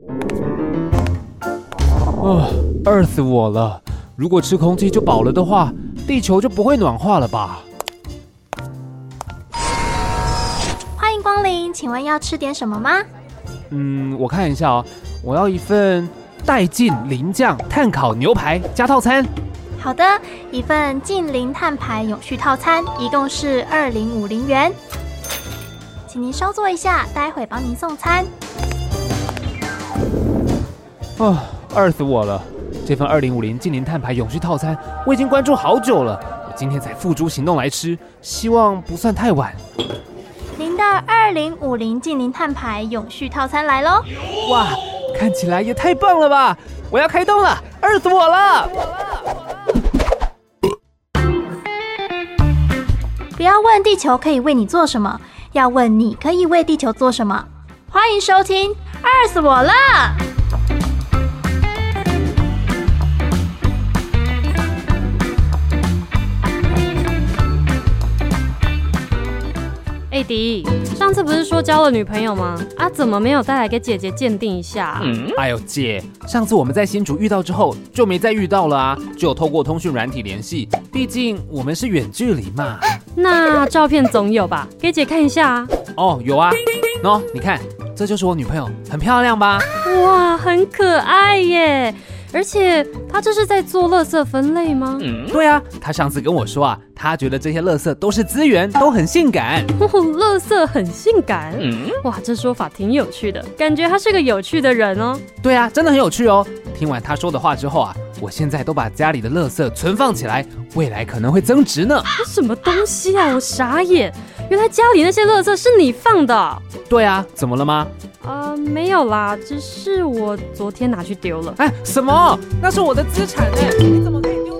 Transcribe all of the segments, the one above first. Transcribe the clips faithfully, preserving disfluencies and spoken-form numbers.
哦，饿死我了！如果吃空气就饱了的话，地球就不会暖化了吧？ 欢迎光临，请问要吃点什么吗？ 嗯，我看一下哦，我要一份带劲淋酱炭烤牛排加套餐。 好的，一份近零碳排永续套餐，一共是二零五零元，请您稍坐一下，待会帮您送餐。 哦，饿死我了！这份二零五零近零碳排永续套餐，我已经关注好久了，我今天才付诸行动来吃，希望不算太晚。 您的二零五零近零碳排永续套餐来咯！ 哇，看起来也太棒了吧！我要开动了，饿死我了！ 不要问地球可以为你做什么，要问你可以为地球做什么。欢迎收听，饿死我了！ 哎迪，上次不是说交了女朋友吗？啊，怎么没有带来给姐姐鉴定一下、啊嗯？哎呦姐，上次我们在新竹遇到之后就没再遇到了啊，只有透过通讯软体联系，毕竟我们是远距离嘛。 那照片总有吧？给姐看一下啊。 哦，有啊，喏、no, 你看，这就是我女朋友，很漂亮吧？ 哇，很可爱耶！而且她这是在做垃圾分类吗？ 嗯，对啊，她上次跟我说啊，她觉得这些垃圾都是资源，都很性感。 哦，垃圾很性感？嗯，哇，这说法挺有趣的，感觉她是个有趣的人哦。 对啊，真的很有趣哦。听完她说的话之后啊，我现在都把家里的垃圾存放起来，未来可能会增值呢。 什么东西啊？我傻眼，原来家里那些垃圾是你放的。 对啊，怎么了吗？ 呃，没有啦，只是我昨天拿去丢了。 哎，什么？那是我的资产哎，你怎么可以丢？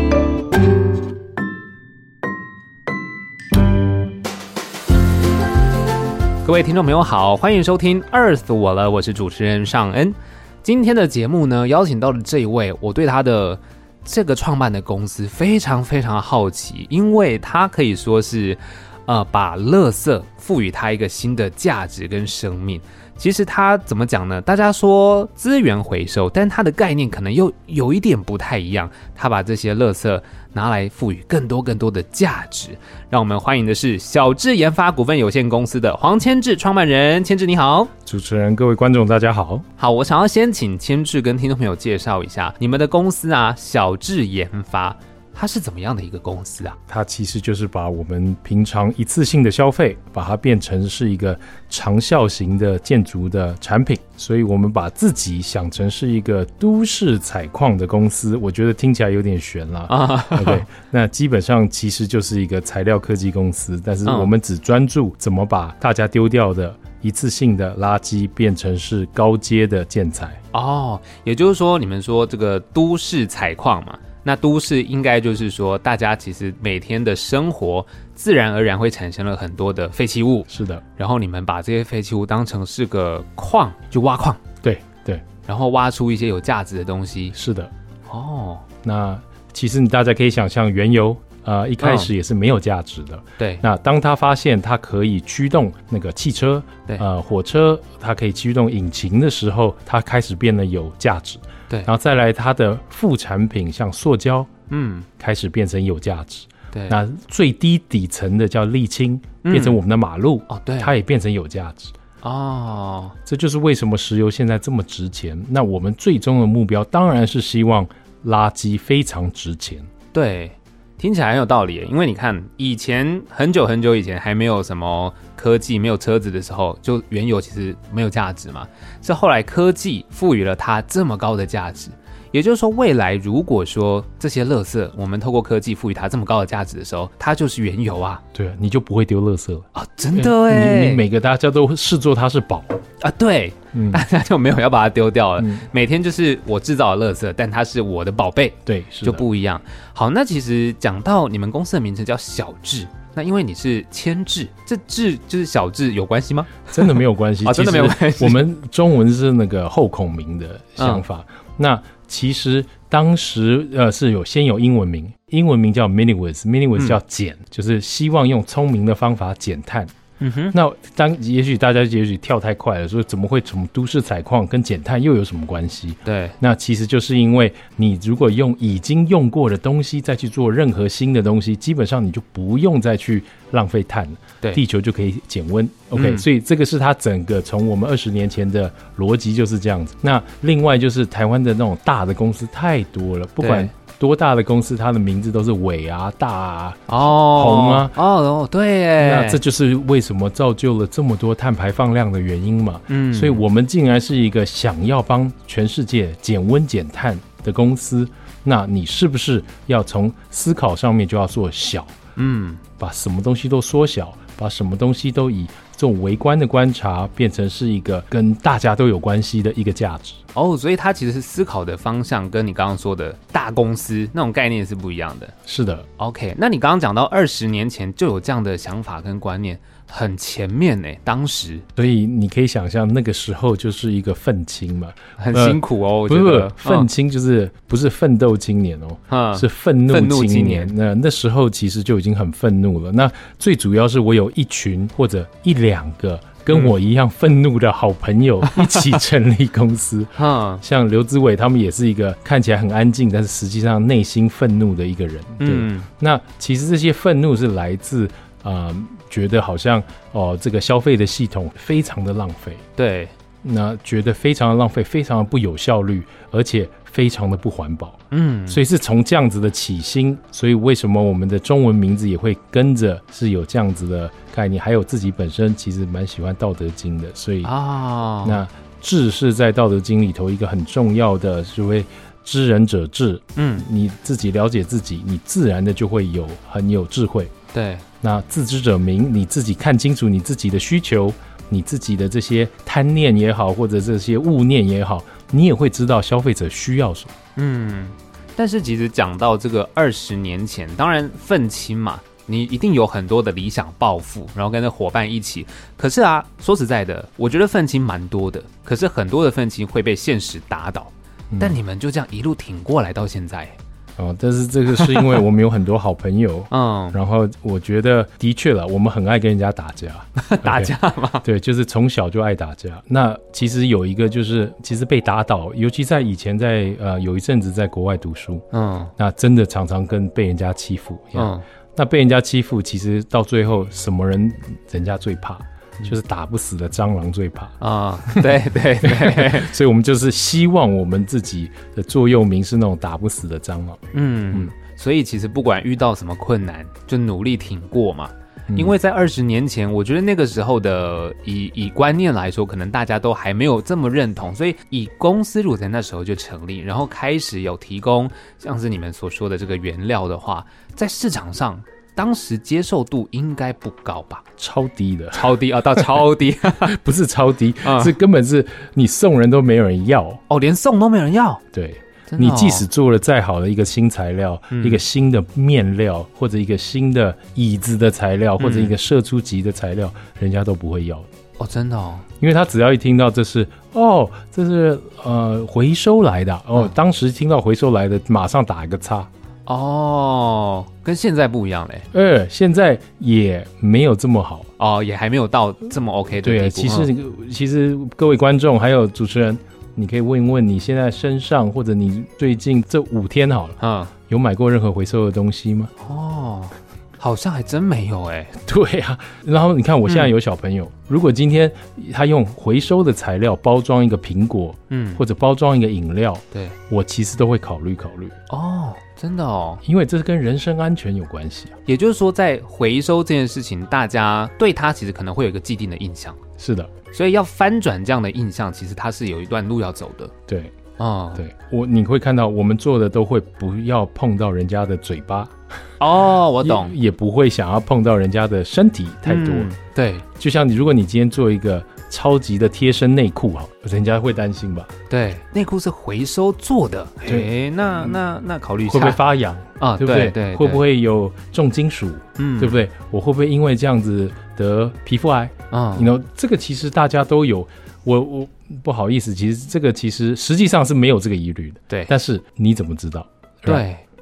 各位听众朋友好，欢迎收听饿死我了，我是主持人尚恩。今天的节目呢，邀请到了这一位，我对他的这个创办的公司非常非常好奇，因为他可以说是呃把垃圾赋予它一个新的价值跟生命。其实它怎么讲呢？大家说资源回收，但它的概念可能又有一点不太一样。它把这些垃圾拿来赋予更多更多的价值。让我们欢迎的是小智研发股份有限公司的黄千智创办人。千智你好。 主持人，各位观众大家好。 好，我想要先请千智跟听众朋友介绍一下你们的公司啊，小智研发。它是怎么样的一个公司啊？ 它其实就是把我们平常一次性的消费，把它变成是一个长效型的建筑的产品，所以我们把自己想成是一个都市采矿的公司，我觉得听起来有点悬啦。啊，对，那基本上其实就是一个材料科技公司，但是我们只专注怎么把大家丢掉的一次性的垃圾变成是高阶的建材。 哦，也就是说你们说这个都市采矿嘛，那都市应该就是说大家其实每天的生活自然而然会产生了很多的废弃物。 是的， 然后你们把这些废弃物当成是个矿，就挖矿。 对对， 然后挖出一些有价值的东西。 是的。 哦， 那其实你大家可以想象原油呃，一开始也是没有价值的、嗯、 对。 那当他发现它可以驱动那个汽车， 对， 呃，火车它可以驱动引擎的时候，它开始变得有价值。 对， 然后再来它的副产品像塑胶， 嗯， 开始变成有价值。 对， 那最低底层的叫沥青，变成我们的马路， 哦，对， 它也变成有价值。 哦， 这就是为什么石油现在这么值钱。那我们最终的目标当然是希望垃圾非常值钱。 对，听起来很有道理耶，因为你看以前很久很久以前还没有什么科技没有车子的时候，就原油其实没有价值嘛，是后来科技赋予了它这么高的价值。也就是说未来如果说这些垃圾我们透过科技赋予它这么高的价值的时候，它就是原油啊。 对啊，你就不会丢垃圾了啊、哦！真的耶， 你你每个大家都视作它是宝啊，对、嗯，大家就没有要把它丢掉了、嗯。每天就是我制造的垃圾，但它是我的宝贝， 对，是就不一样。好，那其实讲到你们公司的名称叫小智，那因为你是千智，这智就是小智有关系吗？ 真的没有关系、 哦、真的没有关系。 我们中文是那个后孔明的想法，嗯、那其实当时呃是有先有英文名，英文名叫 Miniwiz，Miniwiz 叫减、嗯，就是希望用聪明的方法减碳。 嗯哼， 那当也许大家也许跳太快了，说怎么会从都市采矿跟减碳又有什么关系？ 对， 那其实就是因为你如果用已经用过的东西再去做任何新的东西，基本上你就不用再去浪费碳了， 对， 地球就可以减温。OK，嗯，所以这个是它整个从我们二十年前的逻辑就是这样子。那另外就是台湾的那种大的公司太多了，不管多大的公司，它的名字都是伟啊、大啊、 哦、 红啊， 哦，对耶， 那这就是为什么造就了这么多碳排放量的原因嘛。嗯，所以我们竟然是一个想要帮全世界减温减碳的公司，那你是不是要从思考上面就要做小？嗯，把什么东西都缩小，把什么东西都以这种微观的观察变成是一个跟大家都有关系的一个价值。 哦，所以它其实是思考的方向跟你刚刚说的大公司那种概念是不一样的。 是的。 OK， 那你刚刚讲到二十年前就有这样的想法跟观念，很前面耶，当时。 所以你可以想象那个时候就是一个愤青嘛， 很辛苦哦、呃、我觉得。 不是愤青就是不是奋斗青年哦、嗯，是愤怒青年。愤怒青年那那时候其实就已经很愤怒了。那最主要是我有一群或者一两个跟我一样愤怒的好朋友一起成立公司。嗯，像刘子伟他们也是一个看起来很安静，但是实际上内心愤怒的一个人。对，嗯，那其实这些愤怒是来自呃，觉得好像哦、呃，这个消费的系统非常的浪费。 对， 那觉得非常的浪费，非常的不有效率，而且非常的不环保。嗯，所以是从这样子的起心，所以为什么我们的中文名字也会跟着是有这样子的概念，还有自己本身其实蛮喜欢道德经的，所以啊，那智是在道德经里头一个很重要的，是会知人者智。嗯，你自己了解自己，你自然的就会有很有智慧。 对， 那自知者明，你自己看清楚你自己的需求，你自己的这些贪念也好，或者这些物念也好，你也会知道消费者需要什么。嗯， 但是其实讲到这个二十年前，当然愤青嘛，你一定有很多的理想抱负，然后跟着伙伴一起。可是啊，说实在的，我觉得愤青蛮多的，可是很多的愤青会被现实打倒。嗯，但你们就这样一路挺过来到现在。 哦，但是这个是因为我们有很多好朋友，嗯，然后我觉得的确了，我们很爱跟人家打架， 打架嘛， 对，就是从小就爱打架。那其实有一个就是，其实被打倒，尤其在以前在呃有一阵子在国外读书，嗯，那真的常常跟被人家欺负，嗯，那被人家欺负，其实到最后什么人人家最怕？就是打不死的蟑螂最怕啊！对对对， 所以我们就是希望我们自己的座右铭是那种打不死的蟑螂。 嗯嗯，所以其实不管遇到什么困难，就努力挺过嘛。嗯，因为在二十年前，我觉得那个时候的以以观念来说，可能大家都还没有这么认同，所以以公司如果在那时候就成立，然后开始有提供像是你们所说的这个原料的话，在市场上。当时接受度应该不高吧？ 超低的， 超低啊，到超低， 不是超低，嗯，是根本是你送人都没有人要哦，连送都没有人要。 对，哦，你即使做了再好的一个新材料，嗯，一个新的面料，或者一个新的椅子的材料，或者一个射出级的材料，嗯，人家都不会要哦，真的哦， 因为他只要一听到这是哦，这是呃回收来的哦，嗯，当时听到回收来的，马上打一个叉。 哦，跟现在不一样嘞。 呃，现在也没有这么好哦，也还没有到这么 OK 的地步。 对，其实、嗯、其实各位观众还有主持人，你可以问一问你现在身上或者你最近这五天好了，嗯，有买过任何回收的东西吗？ 哦，好像还真没有哎。 对啊，然后你看我现在有小朋友，嗯，如果今天他用回收的材料包装一个苹果，嗯，或者包装一个饮料， 对， 我其实都会考虑考虑。 哦。真的哦， 因为这是跟人身安全有关系啊。 也就是说，在回收这件事情，大家对它其实可能会有一个既定的印象。 是的， 所以要翻转这样的印象，其实它是有一段路要走的。 对，哦，对，我你会看到我们做的都会不要碰到人家的嘴巴。 哦，我懂， 也, 也不会想要碰到人家的身体太多。嗯， 对， 就像你，如果你今天做一个超级的贴身内裤，好，人家会担心吧？ 对，内裤是回收做的，对，那那那考虑一下会不会发痒啊？对不对？ 对对对， 会不会有重金属？嗯，对不对？我会不会因为这样子得皮肤癌？啊，你 know 这个其实大家都有。我我不好意思，其实这个其实实际上是没有这个疑虑的。 对， 但是你怎么知道？ 对。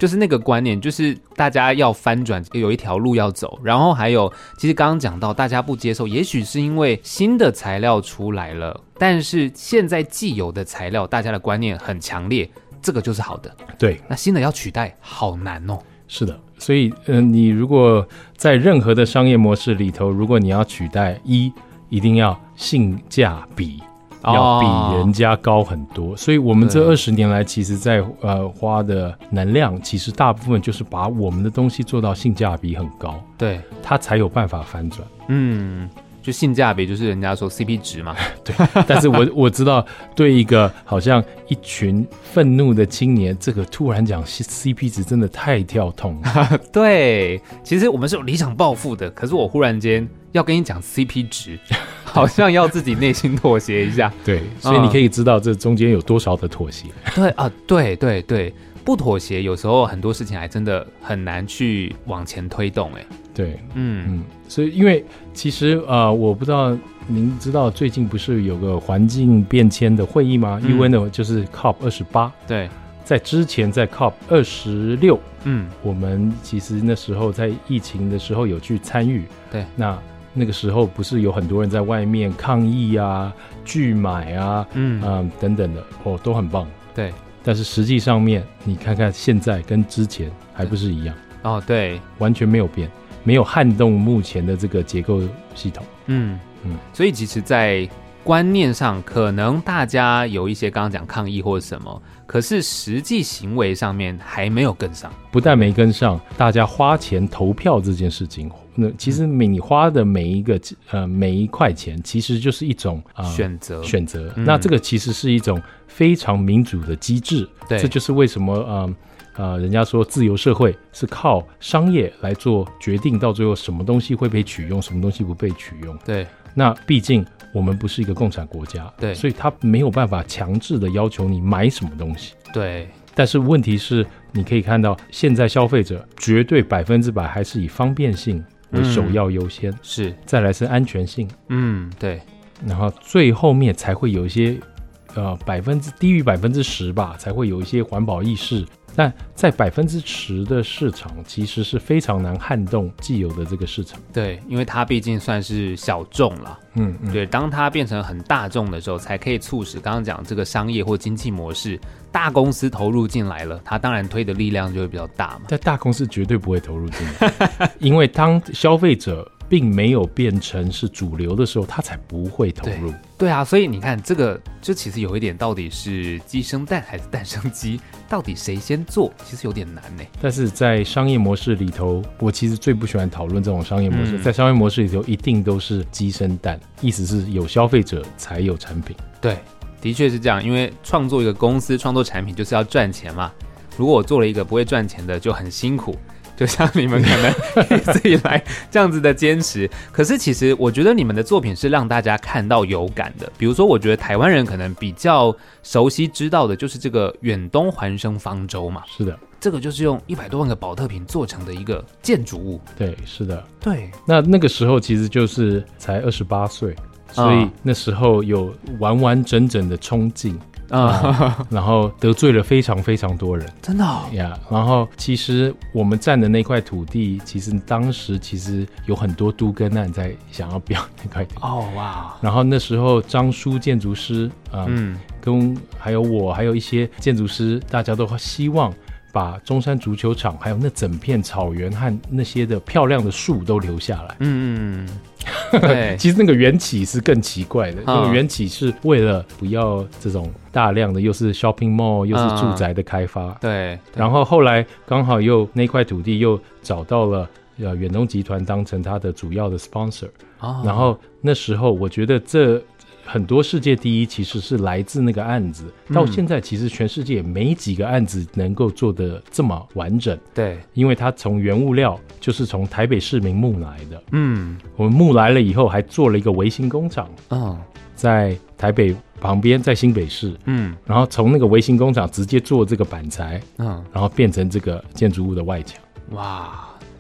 就是那个观念，就是大家要翻转，有一条路要走。然后还有，其实刚刚讲到，大家不接受，也许是因为新的材料出来了，但是现在既有的材料，大家的观念很强烈，这个就是好的。 对， 那新的要取代，好难哦。 是的，所以，嗯、呃，你如果在任何的商业模式里头，如果你要取代，一一定要性价比。要比人家高很多，哦、所以我们这二十年来，其实在呃花的能量，其实大部分就是把我们的东西做到性价比很高， 对， 它才有办法翻转。 嗯，就性价比就是人家说 C P 值嘛， 对。但是我我知道，对一个好像一群愤怒的青年，这个突然讲 C P 值真的太跳痛了。 对，其实我们是有理想抱负的，可是我忽然间要跟你讲 C P 值。好像要自己内心妥协一下， 对，所以你可以知道这中间有多少的妥协。 嗯、对啊，对对对，不妥协，有时候很多事情还真的很难去往前推动。哎， 对， 嗯嗯，所以因为其实呃，我不知道您知道最近不是有个环境变迁的会议吗、嗯、？U N 的就是 C O P 二十八， 对， 在之前在 C O P 二十六， 嗯， 我们其实那时候在疫情的时候有去参与， 对， 那。那个时候不是有很多人在外面抗议啊、拒买啊、嗯、呃、等等的，哦，都很棒。 对， 但是实际上面，你看看现在跟之前还不是一样哦，对， 完全没有变，没有撼动目前的这个结构系统。 嗯嗯，所以其实，在观念上，可能大家有一些刚刚讲抗议或者什么，可是实际行为上面还没有跟上。 不但没跟上，大家花钱投票这件事情。那其实你花的每一个呃每一块钱，其实就是一种、呃、 选择选择、嗯。那这个其实是一种非常民主的机制。 对， 这就是为什么呃呃人家说自由社会是靠商业来做决定，到最后什么东西会被取用，什么东西不被取用。 对， 那毕竟我们不是一个共产国家， 对， 所以他没有办法强制的要求你买什么东西。 对。 但是问题是，你可以看到现在消费者绝对百分之百还是以方便性为首要优先、嗯、 是， 再来是安全性， 嗯，对， 然后最后面才会有一些呃百分之低于百分之十吧，才会有一些环保意识。但在百分之十的市场，其实是非常难撼动既有的这个市场。 对，因为它毕竟算是小众了。 嗯, 嗯， 对，当它变成很大众的时候，才可以促使刚刚讲这个商业或经济模式，大公司投入进来了，它当然推的力量就会比较大嘛。 但大公司绝对不会投入进来，因为当消费者并没有变成是主流的时候，他才不会投入。 对，对啊，所以你看这个，就其实有一点，到底是鸡生蛋还是蛋生鸡，到底谁先做，其实有点难呢。 但是在商业模式里头，我其实最不喜欢讨论这种商业模式、嗯、在商业模式里头一定都是鸡生蛋，意思是有消费者才有产品。 对，的确是这样，因为创作一个公司，创作产品就是要赚钱嘛。如果我做了一个不会赚钱的，就很辛苦，就像你们可能一直以来这样子的坚持。可是其实我觉得你们的作品是让大家看到有感的。比如说我觉得台湾人可能比较熟悉知道的就是这个远东环生方舟嘛。 是的， 这个就是用一百多万个保特瓶做成的一个建筑物。 对，是的， 对。 那那个时候其实就是才二十八岁，所以那时候有完完整整的冲劲啊、嗯，然后得罪了非常非常多人， 真的哦呀。Yeah, 然后其实我们占的那块土地，其实当时其实有很多都更案在想要标那块地哦哇。 然后那时候张叔建筑师啊、嗯，跟还有我还有一些建筑师，大家都希望把中山足球场还有那整片草原和那些的漂亮的树都留下来。 嗯嗯，对。 其实那个缘起是更奇怪的，那个缘起是为了不要这种大量的又是 shopping mall 又是住宅的开发。 嗯、对, 对。然后后来刚好又那块土地又找到了呃远东集团当成它的主要的 sponsor。哦。然后那时候我觉得这。很多世界第一其实是来自那个案子，到现在其实全世界没几个案子能够做得这么完整。 对， 因为它从原物料就是从台北市民募来的。 嗯， 我们募来了以后还做了一个微型工厂， 嗯， 在台北旁边，在新北市。 嗯， 然后从那个微型工厂直接做这个板材， 嗯， 然后变成这个建筑物的外墙。 哇，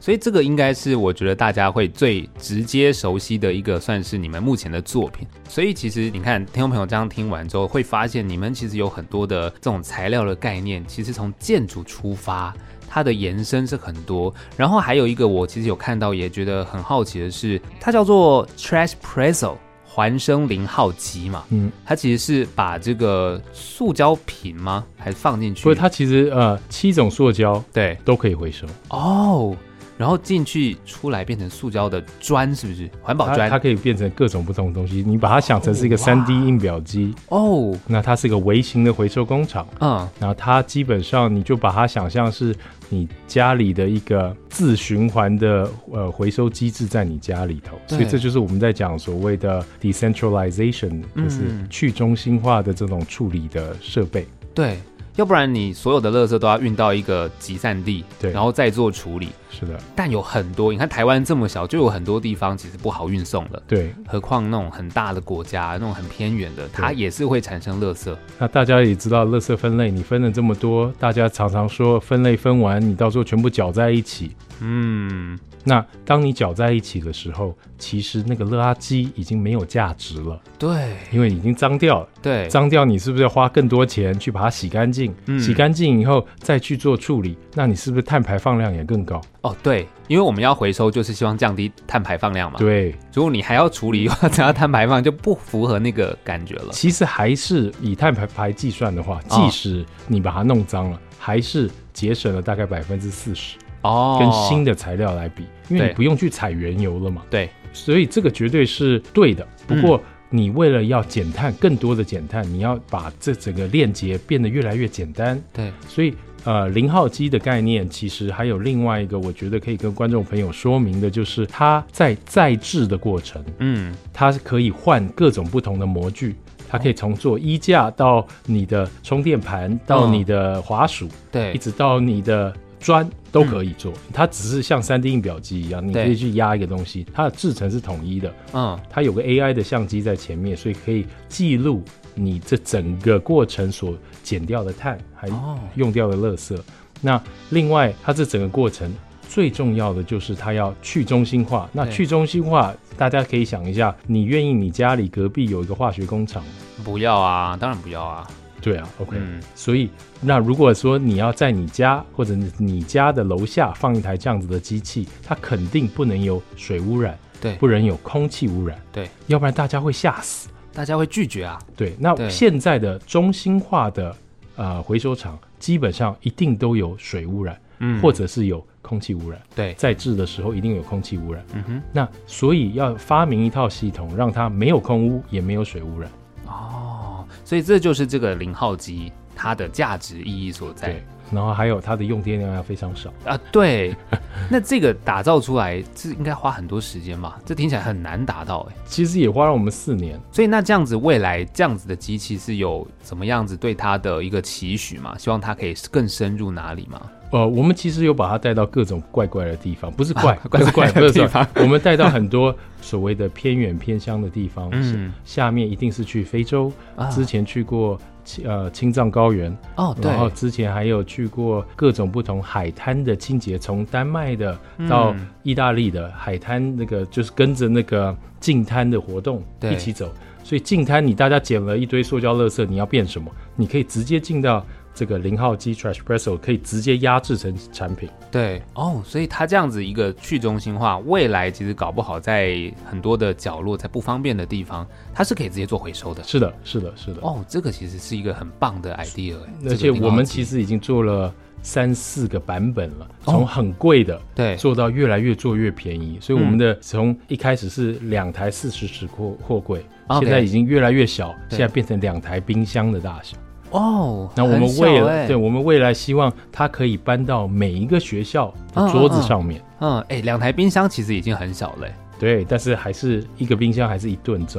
所以这个应该是我觉得大家会最直接熟悉的一个，算是你们目前的作品。所以其实你看听众朋友这样听完之后，会发现你们其实有很多的这种材料的概念，其实从建筑出发，它的延伸是很多。然后还有一个我其实有看到也觉得很好奇的是，它叫做 Trashpresso 环生零号机嘛，嗯，它其实是把这个塑胶瓶吗还是放进去？ 不是，它其实呃七种塑胶对都可以回收哦。然后进去出来变成塑胶的砖，是不是环保砖？ 它, 它可以变成各种不同的东西。你把它想成是一个 三 D 印表机哦，那它是一个微型的回收工厂。嗯，然后它基本上你就把它想象是你家里的一个自循环的呃回收机制在你家里头，所以这就是我们在讲所谓的 decentralization， 就是去中心化的这种处理的设备。 对。要不然你所有的垃圾都要运到一个集散地，对，然后再做处理。 是的， 但有很多，你看台湾这么小，就有很多地方其实不好运送的。 对， 何况那种很大的国家，那种很偏远的，它也是会产生垃圾。 那大家也知道，垃圾分类你分了这么多，大家常常说分类分完，你到时候全部搅在一起。嗯。那当你搅在一起的时候，其实那个垃圾已经没有价值了。 对， 因为已经脏掉了。 对， 脏掉你是不是要花更多钱去把它洗干净？嗯，洗干净以后再去做处理，那你是不是碳排放量也更高？ 哦，对，因为我们要回收就是希望降低碳排放量嘛。 对，如果你还要处理，要增加碳排放，就不符合那个感觉了。 其实还是以碳排排计算的话，即使你把它弄脏了，还是节省了大概百分之四十。哦，跟新的材料来比，因为你不用去采原油了嘛。 对， 所以这个绝对是对的。不过你为了要减碳，更多的减碳，你要把这整个链接变得越来越简单。 对， 所以呃，零号机的概念其实还有另外一个，我觉得可以跟观众朋友说明的，就是它在再制的过程，嗯，它可以换各种不同的模具。它可以从做衣架到你的充电盘，到你的滑鼠，对，一直到你的砖都可以做。嗯，它只是像 三 D 印表机一样，你可以去压一个东西，它的制程是统一的。嗯，它有个 A I 的相机在前面，所以可以记录你这整个过程所减掉的碳，还用掉的垃圾。哦，那另外，它这整个过程最重要的就是它要去中心化。那去中心化，大家可以想一下，你愿意你家里隔壁有一个化学工厂吗？ 不要啊，当然不要啊。 对啊 ，OK，嗯，所以那如果说你要在你家或者你家的楼下放一台这样子的机器，它肯定不能有水污染，对，不能有空气污染，对，要不然大家会吓死， 大家会拒绝啊。 对，那现在的中心化的呃回收厂基本上一定都有水污染，嗯，或者是有空气污染，对，在制的时候一定有空气污染，嗯哼，那所以要发明一套系统，让它没有空污也没有水污染。 哦，所以这就是这个零号机它的价值意义所在。 对，然后还有它的用电量要非常少啊。对，那这个打造出来这应该花很多时间吧？这听起来很难达到哎。 其实也花了我们四年。 所以那这样子未来这样子的机器是有怎么样子对它的一个期许吗？希望它可以更深入哪里吗？ 呃，我们其实有把它带到各种怪怪的地方，不是怪，啊、不是怪，不是地方，我们带到很多所谓的偏远偏乡的地方。嗯，下面一定是去非洲，啊、之前去过呃青藏高原，哦，对，然后之前还有去过各种不同海滩的清洁，从丹麦的到意大利的海滩，那个就是跟着那个净滩的活动一起走。所以净滩你大家捡了一堆塑胶垃圾，你要变什么？你可以直接进到这个零号机 Trashpresso， 可以直接压制成产品。 对哦，所以它这样子一个去中心化，未来其实搞不好在很多的角落，在不方便的地方，它是可以直接做回收的。 是的，是的，是的。 哦，这个其实是一个很棒的 idea， 而且我们其实已经做了三四个版本了，从很贵的对、哦、做到越来越做越便宜，所以我们的从一开始是两台四十尺货货柜，现在已经越来越小，现在变成两台冰箱的大小。哦，那我们未来、欸、对我们未来希望它可以搬到每一个学校的桌子上面。 嗯，哎、嗯，两、欸、台冰箱其实已经很小了、欸。 对，但是还是一个冰箱还是一吨重。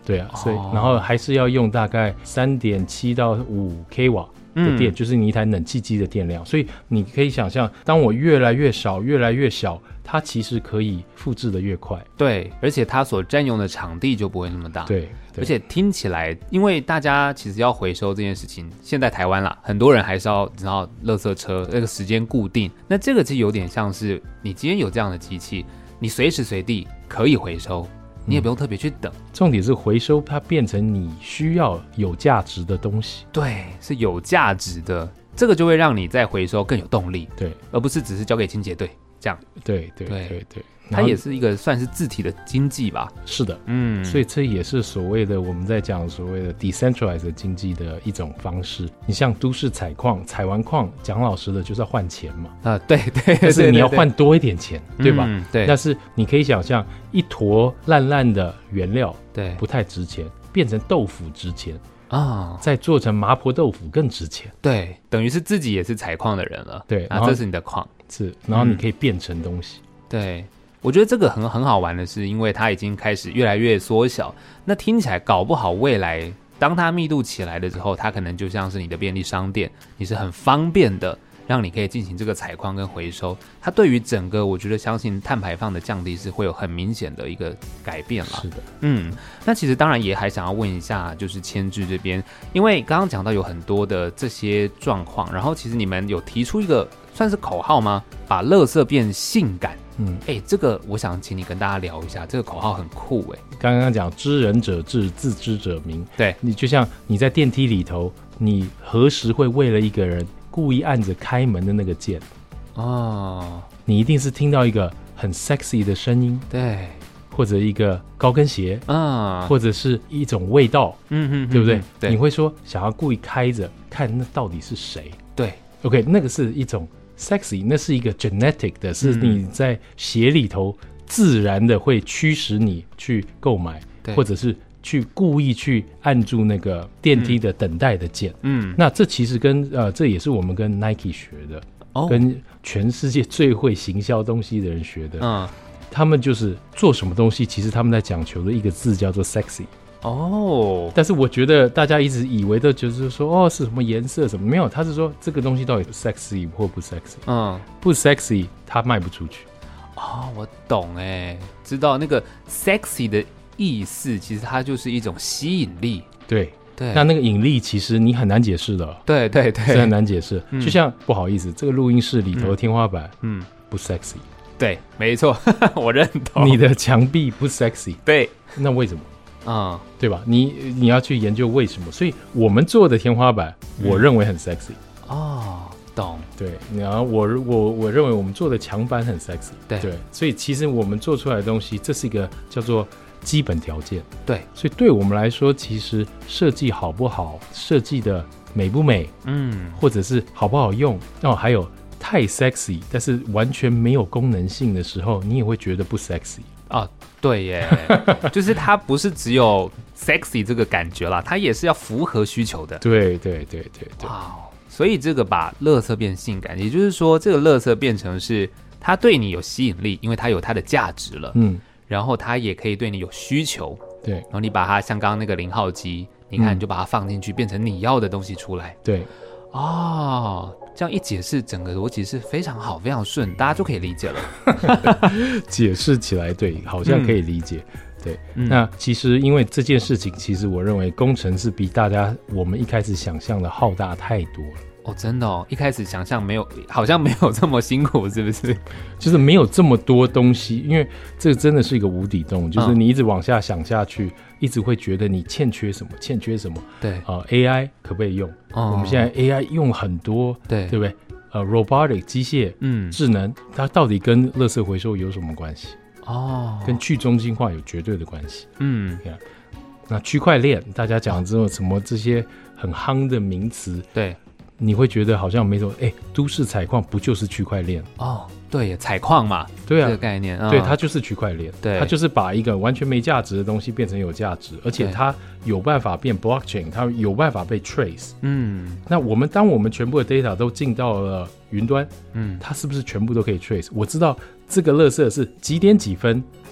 对啊，所以、哦、然后还是要用大概 三点七到五 k 瓦的电、嗯、就是你一台冷气机的电量，所以你可以想象当我越来越少越来越小，它其实可以复制的越快。 对，而且它所占用的场地就不会那么大。 对, 对， 而且听起来因为大家其实要回收这件事情，现在台湾啦很多人还是要知道垃圾车那个时间固定，那这个就有点像是你今天有这样的机器，你随时随地可以回收，你也不用特别去等、嗯、 重点是回收它变成你需要有价值的东西。 对，是有价值的，这个就会让你在回收更有动力。 对， 而不是只是交给清洁队这样。 对对对 对, 对， 它也是一个算是自体的经济吧。 是的，嗯，所以这也是所谓的我们在讲所谓的 decentralized 经济的一种方式。你像都市采矿，采完矿讲老实的就是要换钱嘛。 啊，对对， 但是你要换多一点钱，对, 对, 对, 对吧、嗯、 对。 但是你可以想象一坨烂烂的原料， 对， 不太值钱，变成豆腐值钱啊、 哦， 再做成麻婆豆腐更值钱。 对，等于是自己也是采矿的人了。 对， 然后这是你的矿， 是，然后你可以变成东西。 嗯、对。我觉得这个很很好玩的是，因为它已经开始越来越缩小，那听起来搞不好未来当它密度起来了之后，它可能就像是你的便利商店，你是很方便的让你可以进行这个采矿跟回收，它对于整个我觉得相信碳排放的降低是会有很明显的一个改变啦。 是的， 嗯，那其实当然也还想要问一下就是千智这边，因为刚刚讲到有很多的这些状况，然后其实你们有提出一个算是口号吗？把垃圾变性感。嗯，哎、欸，这个我想请你跟大家聊一下，这个口号很酷哎、欸。 刚刚讲知人者智，自知者明。 对， 你就像你在电梯里头，你何时会为了一个人故意按着开门的那个键？哦，你一定是听到一个很 sexy 的声音， 对， 或者一个高跟鞋啊，或者是一种味道，嗯哼，对不对？对，你会说想要故意开着看那到底是谁？ 对 ，OK， 那个是一种。sexy 那是一个 genetic 的，是你在血里头自然的会驱使你去购买，或者是去故意去按住那个电梯的等待的键。嗯，那这其实跟呃，这也是我们跟 Nike 学的，哦，跟全世界最会行销东西的人学的。嗯，他们就是做什么东西，其实他们在讲求的一个字叫做 sexy。哦，但是我觉得大家一直以为的就是说哦是什么颜色什么，没有，他是说这个东西到底 sexy 或不 sexy， 嗯，不 sexy 它卖不出去。 哦，我懂哎，知道那个 sexy 的意思，其实它就是一种吸引力。 对对，那那个引力其实你很难解释的。 对对对， 是很难解释。嗯、就像不好意思，这个录音室里头的天花板，嗯，不 sexy。 对，没错，我认同。 你的墙壁不 sexy。 对， 那为什么？啊、嗯，对吧？你你要去研究为什么，所以我们做的天花板，嗯、我认为很 sexy。 哦，懂。 对，然后我我我认为我们做的墙板很 sexy。 对对，所以其实我们做出来的东西，这是一个叫做基本条件。 对， 所以对我们来说，其实设计好不好，设计的美不美，嗯，或者是好不好用，哦，还有太 sexy， 但是完全没有功能性的时候，你也会觉得不 sexy。 哦，对耶，就是它不是只有 sexy 这个感觉啦，它也是要符合需求的。 对对对对对。 哇，所以这个把垃圾变性感，也就是说，这个垃圾变成是它对你有吸引力，因为它有它的价值了。嗯，然后它也可以对你有需求。 对， 然后你把它像刚刚那个零号机，你看你就把它放进去，变成你要的东西出来。 对。 哦，这样一解释，整个逻辑是非常好，非常顺，大家就可以理解了。 解释起来，对，好像可以理解。嗯、对、嗯，那其实因为这件事情，其实我认为工程是比大家我们一开始想象的浩大太多了。 哦，真的哦，一开始想象没有，好像没有这么辛苦，是不是？ 就是没有这么多东西，因为这个真的是一个无底洞，就是你一直往下想下去，嗯、一直会觉得你欠缺什么，欠缺什么。 对啊、呃、，A I 可不可以用？哦、我们现在 A I 用很多， 对对不对？呃 ，robotic 机械，嗯，智能，它到底跟垃圾回收有什么关系？哦，跟去中心化有绝对的关系。嗯，那区块链，大家讲这种什么这些很夯的名词， 对。 你会觉得好像没什么，哎，都市采矿不就是区块链？ 哦，对耶，采矿嘛， 对啊， 这个概念，嗯、 对，它就是区块链， 对， 它就是把一个完全没价值的东西变成有价值，而且它有办法变 blockchain， 它有办法被 trace。嗯，那我们当我们全部的 data 都进到了云端，嗯，它是不是全部都可以 trace？ 我知道这个垃圾是几点几分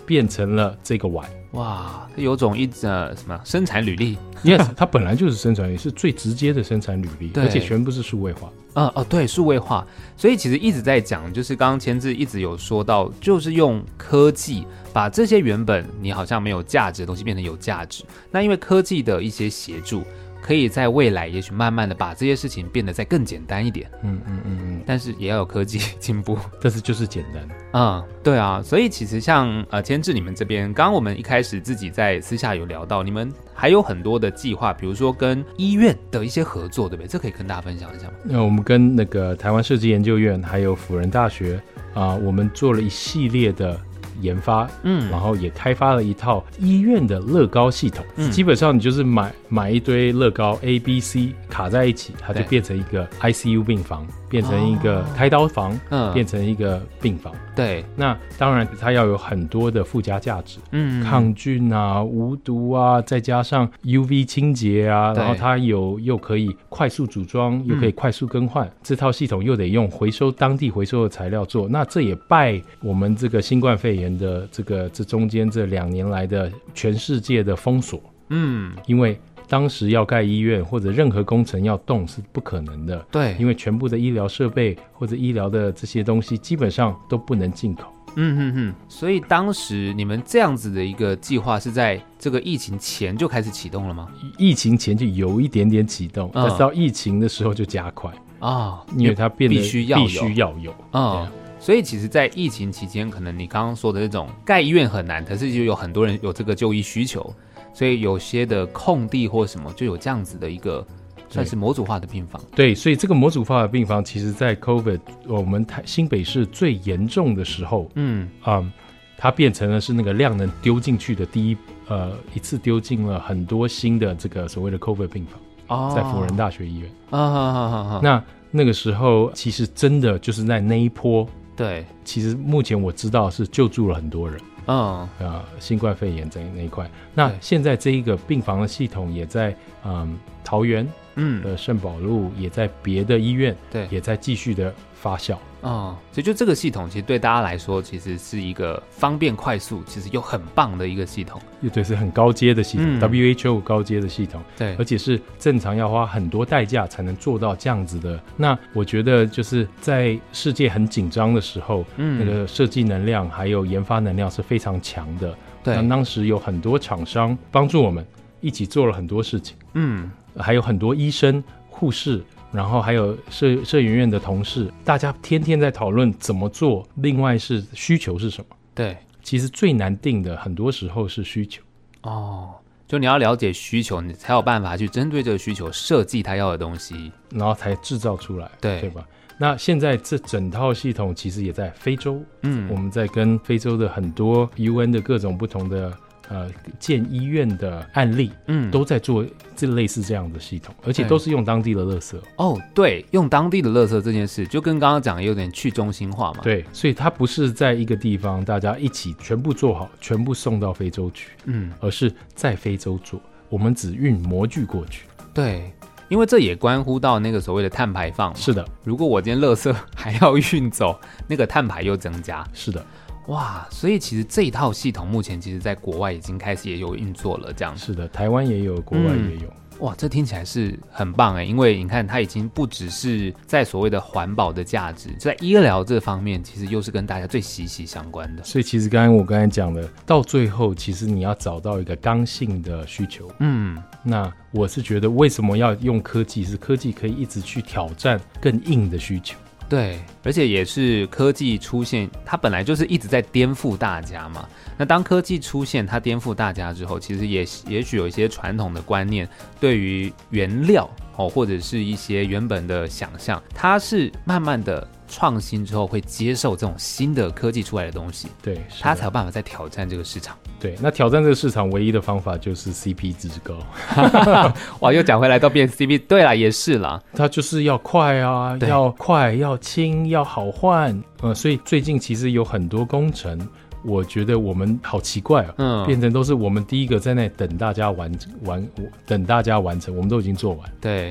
变成了这个碗。 哇，有种一呃什么生产履历 ？Yes， 它本来就是生产履历，是最直接的生产履历，而且全部是数位化。 呃哦，对，数位化。所以其实一直在讲，就是刚刚千智一直有说到，就是用科技把这些原本你好像没有价值的东西变成有价值。那因为科技的一些协助，可以在未来也许慢慢的把这些事情变得再更简单一点。 嗯嗯嗯嗯。 但是也要有科技进步， 但是就是简单。 嗯，对啊。所以其实像呃千智你们这边，刚刚我们一开始自己在私下有聊到，你们还有很多的计划，比如说跟医院的一些合作，对不对？这可以跟大家分享一下吗？ 那我们跟那个台湾设计研究院还有辅仁大学啊、呃，我们做了一系列的研发，嗯，然后也开发了一套医院的乐高系统。嗯，基本上你就是买买一堆乐高 A、B、C 卡在一起，它就变成一个 I C U 病房，变成一个开刀房，嗯，变成一个病房。 对， 那当然它要有很多的附加价值，嗯，抗菌啊、无毒啊，再加上 U V 清洁啊，然后它有又可以快速组装，又可以快速更换，嗯，这套系统又得用回收当地回收的材料做。那这也拜我们这个新冠肺炎的这个这中间这两年来的全世界的封锁，嗯，因为当时要盖医院或者任何工程要动是不可能的， 对， 因为全部的医疗设备或者医疗的这些东西基本上都不能进口。 嗯哼哼，所以当时你们这样子的一个计划是在这个疫情前就开始启动了吗？ 疫情前就有一点点启动，嗯，但是到疫情的时候就加快啊，哦，因为它变得必须要有， 必须要有啊。所以其实在疫情期间，可能你刚刚说的这种盖医院很难，可是就有很多人有这个就医需求，所以有些的空地或什么就有这样子的一个算是模组化的病房。 对，所以这个模组化的病房其实在 COVID 我们台新北市最严重的时候，嗯啊，嗯，它变成了是那个量能丢进去的第一呃一次丢进了很多新的这个所谓的 COVID 病房，哦，在辅仁大学医院啊，好好好好。那那个时候其实真的就是在那一波。 对， 其实目前我知道是救助了很多人，嗯，啊，新冠肺炎在那一块。那现在这一个病房的系统也在嗯桃园，嗯的圣保路，也在别的医院，对，也在继续的发酵。 哦，所以就这个系统其实对大家来说其实是一个方便快速，其实又很棒的一个系统。 对，是很高阶的系统，嗯，W H O 高阶的系统。对，而且是正常要花很多代价才能做到这样子的。那我觉得就是在世界很紧张的时候，嗯，那个设计能量还有研发能量是非常强的。对，那当时有很多厂商帮助我们一起做了很多事情，嗯，还有很多医生、护士，然后还有社社研院的同事，大家天天在讨论怎么做。另外是需求是什么？ 对， 其实最难定的很多时候是需求。 哦，就你要了解需求，你才有办法去针对这个需求设计他要的东西， 然后才制造出来， 对对吧？那现在这整套系统其实也在非洲，嗯，我们在跟非洲的很多 U N 的各种不同的呃建医院的案例，嗯，都在做这类似这样的系统，而且都是用当地的垃圾。 哦，对，用当地的垃圾这件事，就跟刚刚讲的有点去中心化嘛。 对，所以它不是在一个地方大家一起全部做好，全部送到非洲去，嗯，而是在非洲做，我们只运模具过去。 对。因为这也关乎到那个所谓的碳排放嘛。 是的， 如果我今天垃圾还要运走，那个碳排又增加。 是的， 哇，所以其实这一套系统目前其实在国外已经开始也有运作了，这样。 是的，台湾也有，国外也有。 嗯，哇，这听起来是很棒哎，因为你看它已经不只是在所谓的环保的价值，在医疗这方面其实又是跟大家最息息相关的。 所以其实刚才我刚才讲的，到最后其实你要找到一个刚性的需求。嗯，那我是觉得为什么要用科技，是科技可以一直去挑战更硬的需求。 对，而且也是科技出现，它本来就是一直在颠覆大家嘛。那当科技出现，它颠覆大家之后，其实也也许有一些传统的观念，对于原料哦，或者是一些原本的想象，它是慢慢的创新之后会接受这种新的科技出来的东西， 对， 它才有办法再挑战这个市场。 对，那挑战这个市场唯一的方法就是 C P 值高。 哇，又讲回来都变 C P， 对啦，也是啦， 它就是要快啊，要快，要轻，要好换。呃，所以最近其实有很多工程，我觉得我们好奇怪啊，嗯，变成都是我们第一个在那等大家完完，等大家完成，我们都已经做完。 对。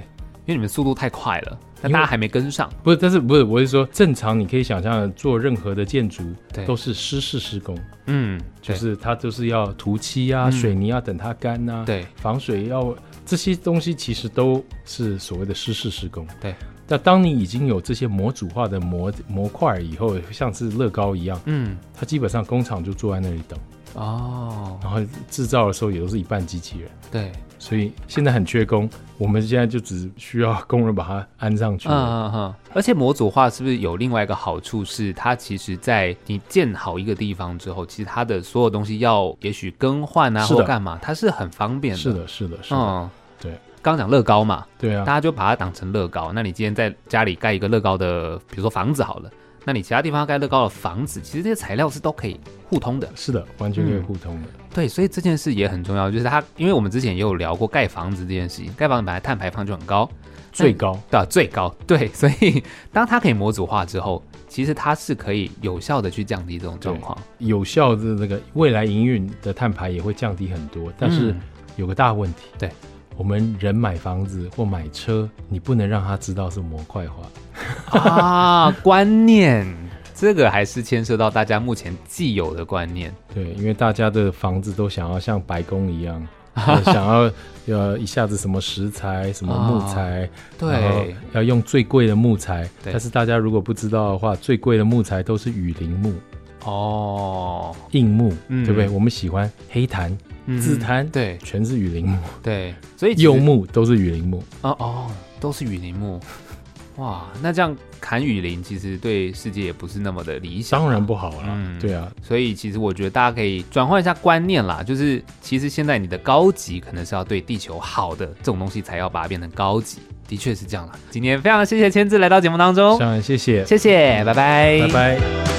因为你们速度太快了，但大家还没跟上。 不是，但是不是，我是说正常你可以想象做任何的建筑都是湿式施工， 嗯， 就是它都是要涂漆啊、嗯、水泥要等它干啊， 对， 防水要这些东西其实都是所谓的湿式施工， 对。 那当你已经有这些模组化的模模块以后，像是乐高一样，嗯，它基本上工厂就坐在那里等哦，然后制造的时候也都是一半机器人， 对， 所以现在很缺工，我们现在就只需要工人把它安上去。嗯嗯嗯。而且模组化是不是有另外一个好处是，它其实在你建好一个地方之后，其实它的所有东西要也许更换啊或干嘛，它是很方便的。 是的，是的，是的，嗯，对。 刚讲乐高嘛， 对啊， 大家就把它当成乐高。那你今天在家里盖一个乐高的，比如说房子好了，那你其他地方要盖乐高的房子，其实这些材料是都可以互通的。 是的，完全可以互通的。 嗯、对，所以这件事也很重要，就是它，因为我们之前也有聊过盖房子这件事情，盖房子本来碳排放就很高， 最高， 对、啊，最高，对，所以当它可以模组化之后，其实它是可以有效的去降低这种状况， 有效的那个未来营运的碳排也会降低很多，但是有个大问题， 对。 我们人买房子或买车，你不能让他知道是模块化啊，观念这个还是牵涉到大家目前既有的观念。 对，因为大家的房子都想要像白宫一样，想要呃一下子什么石材、什么木材， 哦、对， 要用最贵的木材。但是大家如果不知道的话，最贵的木材都是雨林木哦，硬木，嗯、对不对？我们喜欢黑檀。紫檀、嗯、 对， 全是雨林木， 对，所以柚木都是雨林木， 哦哦，都是雨林木，哇，那这样砍雨林其实对世界也不是那么的理想、啊， 当然不好了，嗯，对啊， 所以其实我觉得大家可以转换一下观念啦，就是其实现在你的高级可能是要对地球好的这种东西才要把它变成高级，的确是这样啦。今天非常谢谢千字来到节目当中， 谢谢， 谢谢，拜拜， 拜拜。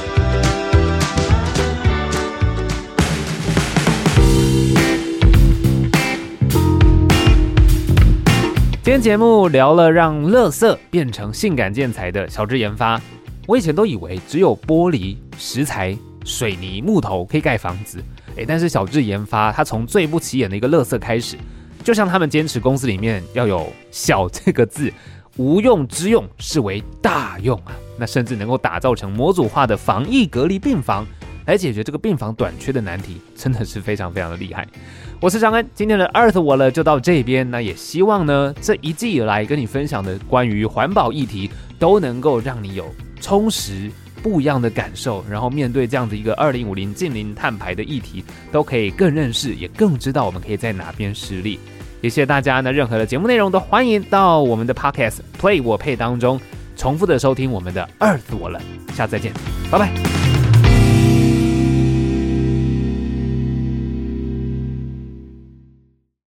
今天节目聊了让垃圾变成性感建材的小智研发。我以前都以为只有玻璃、石材、水泥、木头可以盖房子，诶，但是小智研发，它从最不起眼的一个垃圾开始，就像他们坚持公司里面要有小这个字，无用之用视为大用啊，那甚至能够打造成模组化的防疫隔离病房，来解决这个病房短缺的难题，真的是非常非常的厉害。我是张恩，今天的 Earth 我了就到这边，那也希望呢这一季以来跟你分享的关于环保议题都能够让你有充实不一样的感受，然后面对这样子一个二零五零近零碳排的议题都可以更认识，也更知道我们可以在哪边施力。也谢谢大家，那任何的节目内容都欢迎到我们的 Podcast Play 我配当中重复的收听我们的 Earth 我了，下次再见，拜拜。